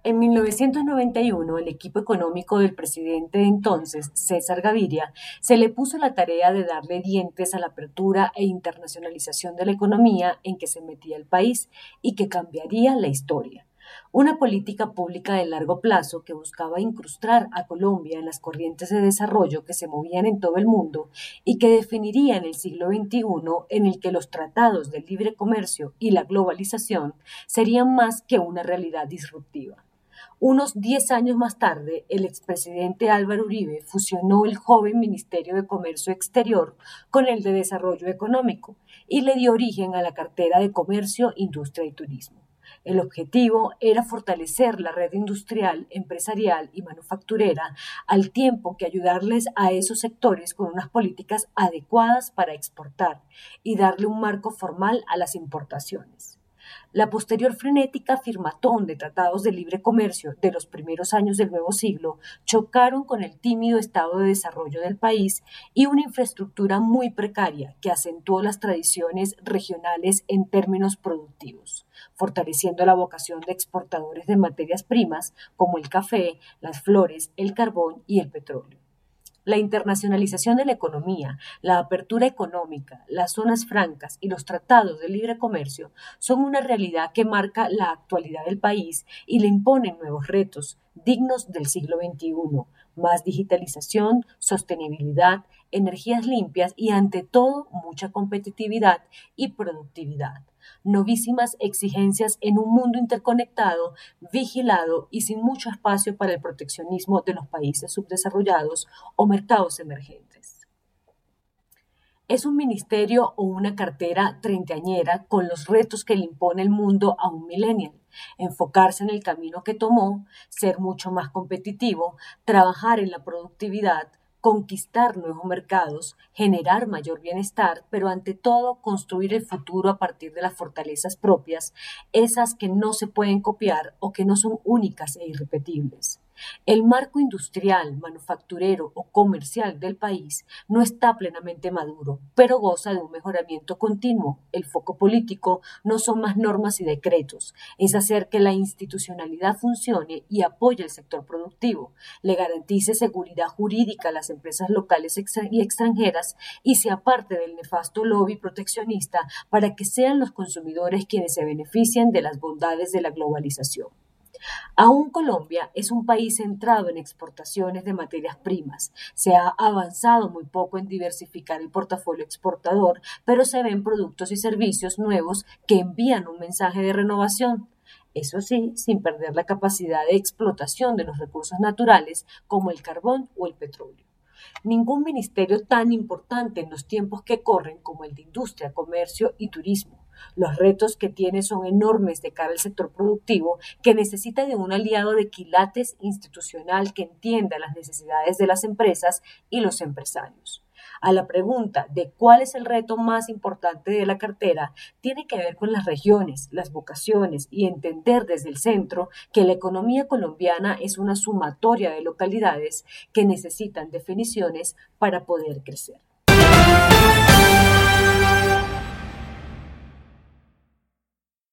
En 1991, el equipo económico del presidente de entonces, César Gaviria, se le puso la tarea de darle dientes a la apertura e internacionalización de la economía en que se metía el país y que cambiaría la historia. Una política pública de largo plazo que buscaba incrustar a Colombia en las corrientes de desarrollo que se movían en todo el mundo y que definiría en el siglo XXI en el que los tratados de libre comercio y la globalización serían más que una realidad disruptiva. Unos 10 años más tarde, el expresidente Álvaro Uribe fusionó el joven Ministerio de Comercio Exterior con el de Desarrollo Económico y le dio origen a la cartera de Comercio, Industria y Turismo. El objetivo era fortalecer la red industrial, empresarial y manufacturera, al tiempo que ayudarles a esos sectores con unas políticas adecuadas para exportar y darle un marco formal a las importaciones. La posterior frenética firmatón de tratados de libre comercio de los primeros años del nuevo siglo chocaron con el tímido estado de desarrollo del país y una infraestructura muy precaria que acentuó las tradiciones regionales en términos productivos, fortaleciendo la vocación de exportadores de materias primas como el café, las flores, el carbón y el petróleo. La internacionalización de la economía, la apertura económica, las zonas francas y los tratados de libre comercio son una realidad que marca la actualidad del país y le imponen nuevos retos dignos del siglo XXI, más digitalización, sostenibilidad, energías limpias y ante todo mucha competitividad y productividad. Novísimas exigencias en un mundo interconectado, vigilado y sin mucho espacio para el proteccionismo de los países subdesarrollados o mercados emergentes. Es un ministerio o una cartera treintañera con los retos que le impone el mundo a un millennial. Enfocarse en el camino que tomó, ser mucho más competitivo, trabajar en la productividad, conquistar nuevos mercados, generar mayor bienestar, pero ante todo construir el futuro a partir de las fortalezas propias, esas que no se pueden copiar o que no son únicas e irrepetibles. El marco industrial, manufacturero o comercial del país no está plenamente maduro, pero goza de un mejoramiento continuo. El foco político no son más normas y decretos, es hacer que la institucionalidad funcione y apoye el sector productivo, le garantice seguridad jurídica a las empresas locales y extranjeras y se aparte del nefasto lobby proteccionista para que sean los consumidores quienes se beneficien de las bondades de la globalización. Aún Colombia es un país centrado en exportaciones de materias primas. Se ha avanzado muy poco en diversificar el portafolio exportador, pero se ven productos y servicios nuevos que envían un mensaje de renovación. Eso sí, sin perder la capacidad de explotación de los recursos naturales como el carbón o el petróleo. Ningún ministerio tan importante en los tiempos que corren como el de Industria, Comercio y Turismo. Los retos que tiene son enormes de cara al sector productivo que necesita de un aliado de quilates institucional que entienda las necesidades de las empresas y los empresarios. A la pregunta de cuál es el reto más importante de la cartera, tiene que ver con las regiones, las vocaciones y entender desde el centro que la economía colombiana es una sumatoria de localidades que necesitan definiciones para poder crecer.